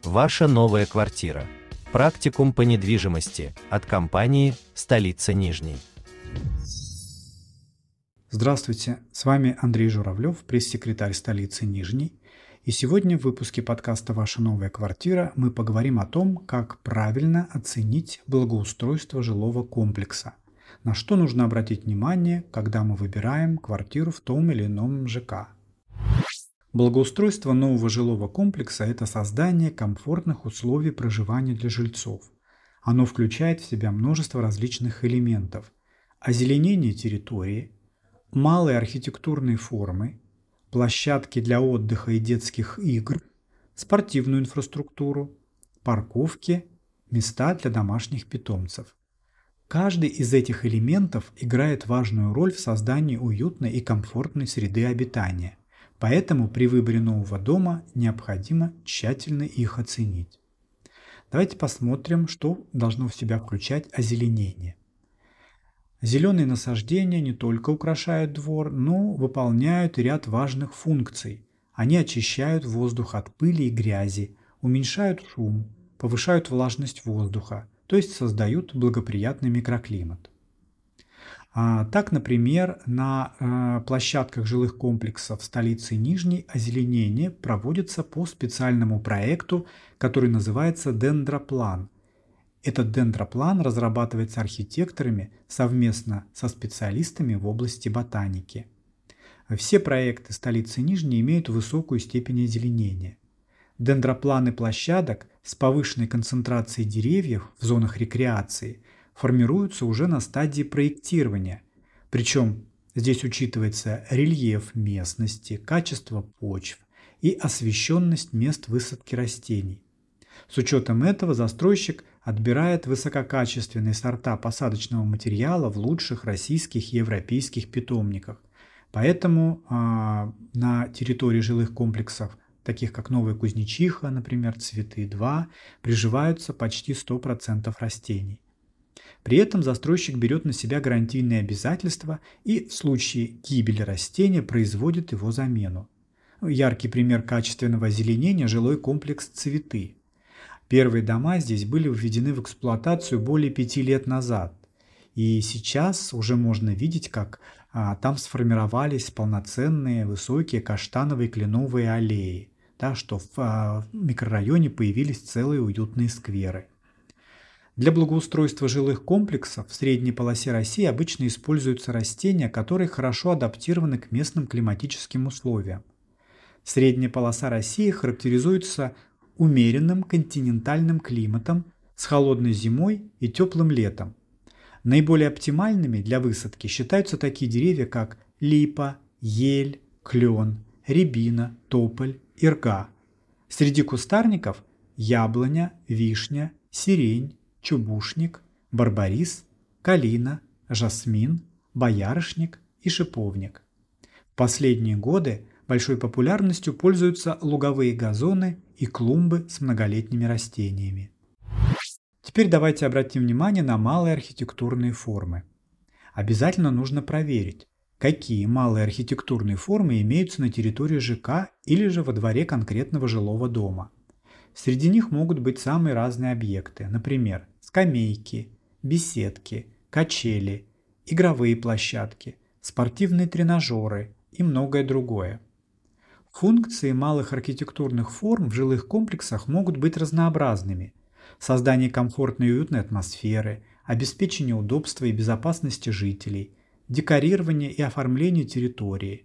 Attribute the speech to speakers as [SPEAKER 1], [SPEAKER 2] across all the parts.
[SPEAKER 1] Ваша новая квартира. Практикум по недвижимости от компании «Столица Нижней».
[SPEAKER 2] Здравствуйте, с вами Андрей Журавлев, пресс-секретарь «Столицы Нижней». И сегодня в выпуске подкаста «Ваша новая квартира» мы поговорим о том, как правильно оценить благоустройство жилого комплекса, на что нужно обратить внимание, когда мы выбираем квартиру в том или ином ЖК. Благоустройство нового жилого комплекса – это создание комфортных условий проживания для жильцов. Оно включает в себя множество различных элементов: озеленение территории, малые архитектурные формы, площадки для отдыха и детских игр, спортивную инфраструктуру, парковки, места для домашних питомцев. Каждый из этих элементов играет важную роль в создании уютной и комфортной среды обитания. Поэтому при выборе нового дома необходимо тщательно их оценить. Давайте посмотрим, что должно в себя включать озеленение. Зеленые насаждения не только украшают двор, но выполняют ряд важных функций. Они очищают воздух от пыли и грязи, уменьшают шум, повышают влажность воздуха, то есть создают благоприятный микроклимат. Так, например, на площадках жилых комплексов столицы Нижней озеленение проводится по специальному проекту, который называется дендроплан. Этот дендроплан разрабатывается архитекторами совместно со специалистами в области ботаники. Все проекты столицы Нижней имеют высокую степень озеленения. Дендропланы площадок с повышенной концентрацией деревьев в зонах рекреации формируются уже на стадии проектирования. Причем здесь учитывается рельеф местности, качество почв и освещенность мест высадки растений. С учетом этого застройщик отбирает высококачественные сорта посадочного материала в лучших российских и европейских питомниках. Поэтому на территории жилых комплексов, таких как Новая Кузнечиха, например, Цветы-2, приживаются почти 100% растений. При этом застройщик берет на себя гарантийные обязательства и в случае гибели растения производит его замену. Яркий пример качественного озеленения – жилой комплекс «Цветы». Первые дома здесь были введены в эксплуатацию более 5 лет назад. И сейчас уже можно видеть, как там сформировались полноценные высокие каштановые кленовые аллеи, что в микрорайоне появились целые уютные скверы. Для благоустройства жилых комплексов в средней полосе России обычно используются растения, которые хорошо адаптированы к местным климатическим условиям. Средняя полоса России характеризуется умеренным континентальным климатом с холодной зимой и теплым летом. Наиболее оптимальными для высадки считаются такие деревья, как липа, ель, клен, рябина, тополь, ирга. Среди кустарников – яблоня, вишня, сирень, чубушник, барбарис, калина, жасмин, боярышник и шиповник. В последние годы большой популярностью пользуются луговые газоны и клумбы с многолетними растениями. Теперь давайте обратим внимание на малые архитектурные формы. Обязательно нужно проверить, какие малые архитектурные формы имеются на территории ЖК или же во дворе конкретного жилого дома. Среди них могут быть самые разные объекты, например, скамейки, беседки, качели, игровые площадки, спортивные тренажеры и многое другое. Функции малых архитектурных форм в жилых комплексах могут быть разнообразными: создание комфортной и уютной атмосферы, обеспечение удобства и безопасности жителей, декорирование и оформление территории.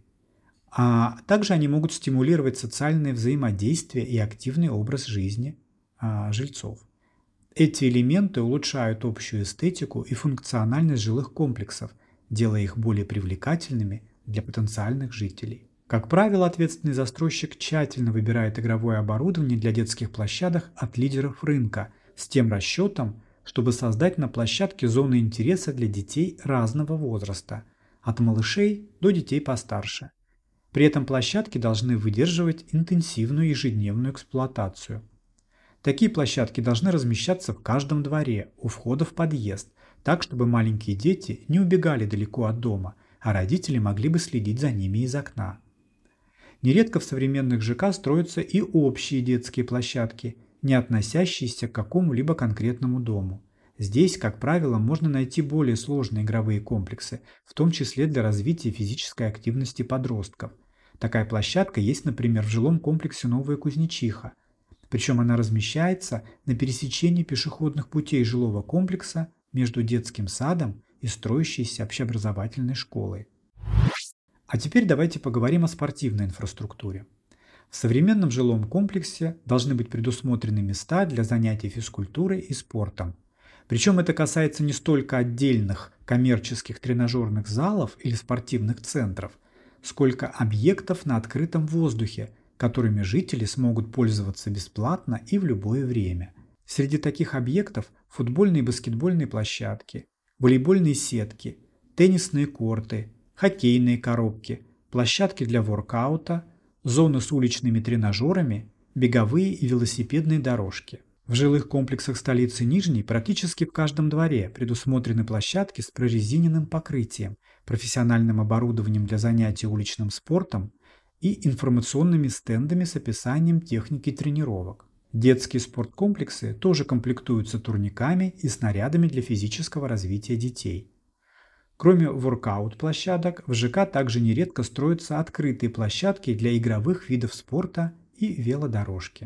[SPEAKER 2] А также они могут стимулировать социальное взаимодействие и активный образ жизни жильцов. Эти элементы улучшают общую эстетику и функциональность жилых комплексов, делая их более привлекательными для потенциальных жителей. Как правило, ответственный застройщик тщательно выбирает игровое оборудование для детских площадок от лидеров рынка с тем расчетом, чтобы создать на площадке зоны интереса для детей разного возраста, от малышей до детей постарше. При этом площадки должны выдерживать интенсивную ежедневную эксплуатацию. Такие площадки должны размещаться в каждом дворе, у входа в подъезд, так, чтобы маленькие дети не убегали далеко от дома, а родители могли бы следить за ними из окна. Нередко в современных ЖК строятся и общие детские площадки, не относящиеся к какому-либо конкретному дому. Здесь, как правило, можно найти более сложные игровые комплексы, в том числе для развития физической активности подростков. Такая площадка есть, например, в жилом комплексе «Новая Кузнечиха». Причем она размещается на пересечении пешеходных путей жилого комплекса между детским садом и строящейся общеобразовательной школой. А теперь давайте поговорим о спортивной инфраструктуре. В современном жилом комплексе должны быть предусмотрены места для занятий физкультурой и спортом. Причем это касается не столько отдельных коммерческих тренажерных залов или спортивных центров, сколько объектов на открытом воздухе, которыми жители смогут пользоваться бесплатно и в любое время. Среди таких объектов футбольные и баскетбольные площадки, волейбольные сетки, теннисные корты, хоккейные коробки, площадки для воркаута, зоны с уличными тренажерами, беговые и велосипедные дорожки. В жилых комплексах столицы Нижней практически в каждом дворе предусмотрены площадки с прорезиненным покрытием, профессиональным оборудованием для занятий уличным спортом и информационными стендами с описанием техники тренировок. Детские спорткомплексы тоже комплектуются турниками и снарядами для физического развития детей. Кроме воркаут-площадок, в ЖК также нередко строятся открытые площадки для игровых видов спорта и велодорожки.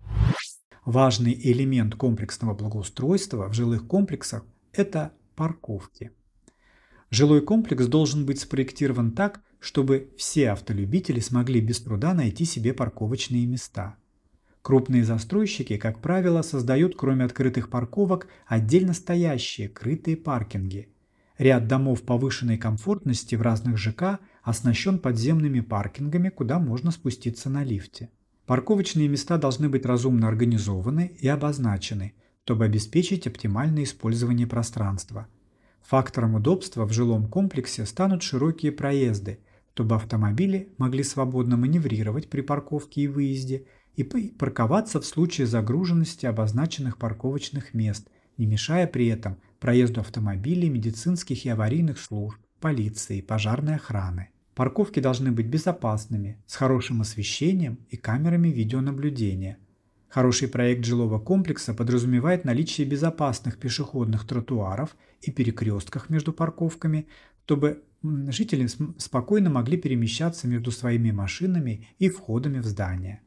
[SPEAKER 2] Важный элемент комплексного благоустройства в жилых комплексах – это парковки. Жилой комплекс должен быть спроектирован так, чтобы все автолюбители смогли без труда найти себе парковочные места. Крупные застройщики, как правило, создают, кроме открытых парковок, отдельно стоящие крытые паркинги. Ряд домов повышенной комфортности в разных ЖК оснащен подземными паркингами, куда можно спуститься на лифте. Парковочные места должны быть разумно организованы и обозначены, чтобы обеспечить оптимальное использование пространства. Фактором удобства в жилом комплексе станут широкие проезды, чтобы автомобили могли свободно маневрировать при парковке и выезде и парковаться в случае загруженности обозначенных парковочных мест, не мешая при этом проезду автомобилей, медицинских и аварийных служб, полиции, пожарной охраны. Парковки должны быть безопасными, с хорошим освещением и камерами видеонаблюдения. Хороший проект жилого комплекса подразумевает наличие безопасных пешеходных тротуаров и перекрестков между парковками, чтобы жители спокойно могли перемещаться между своими машинами и входами в здание.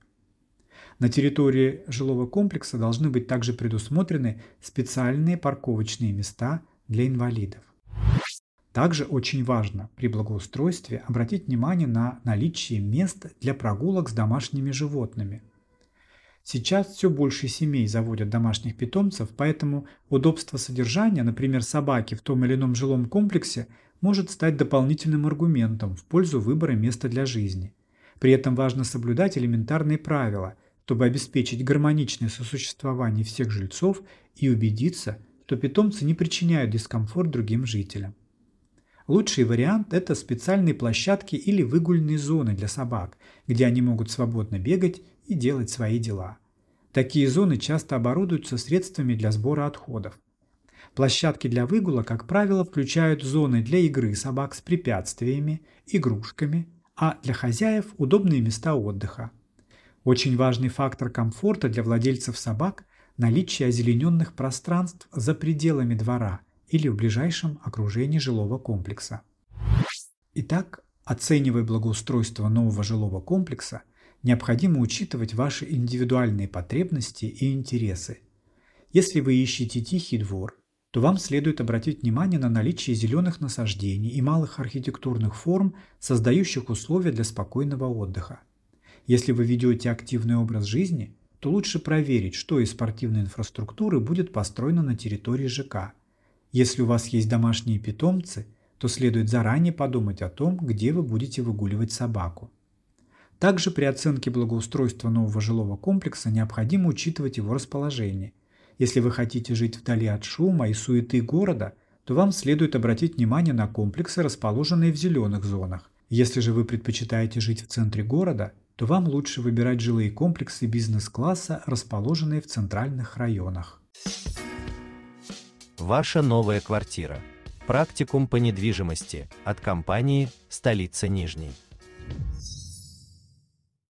[SPEAKER 2] На территории жилого комплекса должны быть также предусмотрены специальные парковочные места для инвалидов. Также очень важно при благоустройстве обратить внимание на наличие мест для прогулок с домашними животными. Сейчас все больше семей заводят домашних питомцев, поэтому удобство содержания, например, собаки в том или ином жилом комплексе, может стать дополнительным аргументом в пользу выбора места для жизни. При этом важно соблюдать элементарные правила, чтобы обеспечить гармоничное сосуществование всех жильцов и убедиться, что питомцы не причиняют дискомфорт другим жителям. Лучший вариант – это специальные площадки или выгульные зоны для собак, где они могут свободно бегать и делать свои дела. Такие зоны часто оборудуются средствами для сбора отходов. Площадки для выгула, как правило, включают зоны для игры собак с препятствиями, игрушками, а для хозяев – удобные места отдыха. Очень важный фактор комфорта для владельцев собак – наличие озелененных пространств за пределами двора или в ближайшем окружении жилого комплекса. Итак, оценивая благоустройство нового жилого комплекса, необходимо учитывать ваши индивидуальные потребности и интересы. Если вы ищете тихий двор, то вам следует обратить внимание на наличие зеленых насаждений и малых архитектурных форм, создающих условия для спокойного отдыха. Если вы ведете активный образ жизни, то лучше проверить, что из спортивной инфраструктуры будет построено на территории ЖК. Если у вас есть домашние питомцы, то следует заранее подумать о том, где вы будете выгуливать собаку. Также при оценке благоустройства нового жилого комплекса необходимо учитывать его расположение. Если вы хотите жить вдали от шума и суеты города, то вам следует обратить внимание на комплексы, расположенные в зеленых зонах. Если же вы предпочитаете жить в центре города, то вам лучше выбирать жилые комплексы бизнес-класса, расположенные в центральных районах.
[SPEAKER 1] Ваша новая квартира. Практикум по недвижимости от компании «Столица Нижней».